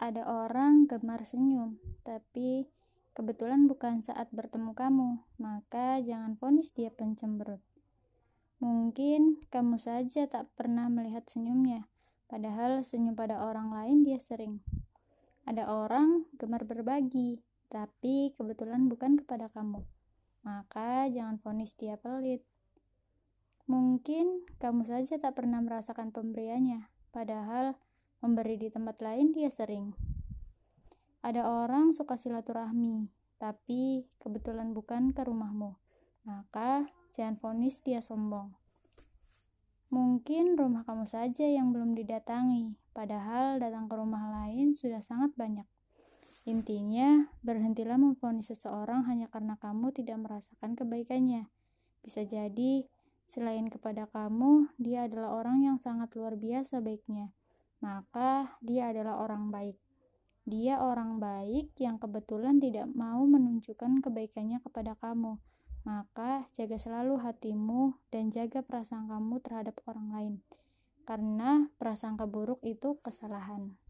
Ada orang gemar senyum, tapi kebetulan bukan saat bertemu kamu, maka jangan vonis dia pencemberut. Mungkin kamu saja tak pernah melihat senyumnya, padahal senyum pada orang lain dia sering. Ada orang gemar berbagi, tapi kebetulan bukan kepada kamu, maka jangan vonis dia pelit. Mungkin kamu saja tak pernah merasakan pemberiannya, padahal memberi di tempat lain dia sering. Ada orang suka silaturahmi, tapi kebetulan bukan ke rumahmu, maka jangan vonis dia sombong. Mungkin rumah kamu saja yang belum didatangi, padahal datang ke rumah lain sudah sangat banyak. Intinya, berhentilah memvonis seseorang hanya karena kamu tidak merasakan kebaikannya. Bisa jadi, selain kepada kamu, dia adalah orang yang sangat luar biasa baiknya. Maka dia adalah orang baik. Dia orang baik yang kebetulan tidak mau menunjukkan kebaikannya kepada kamu. Maka jaga selalu hatimu dan jaga perasaan kamu terhadap orang lain. Karena prasangka buruk itu kesalahan.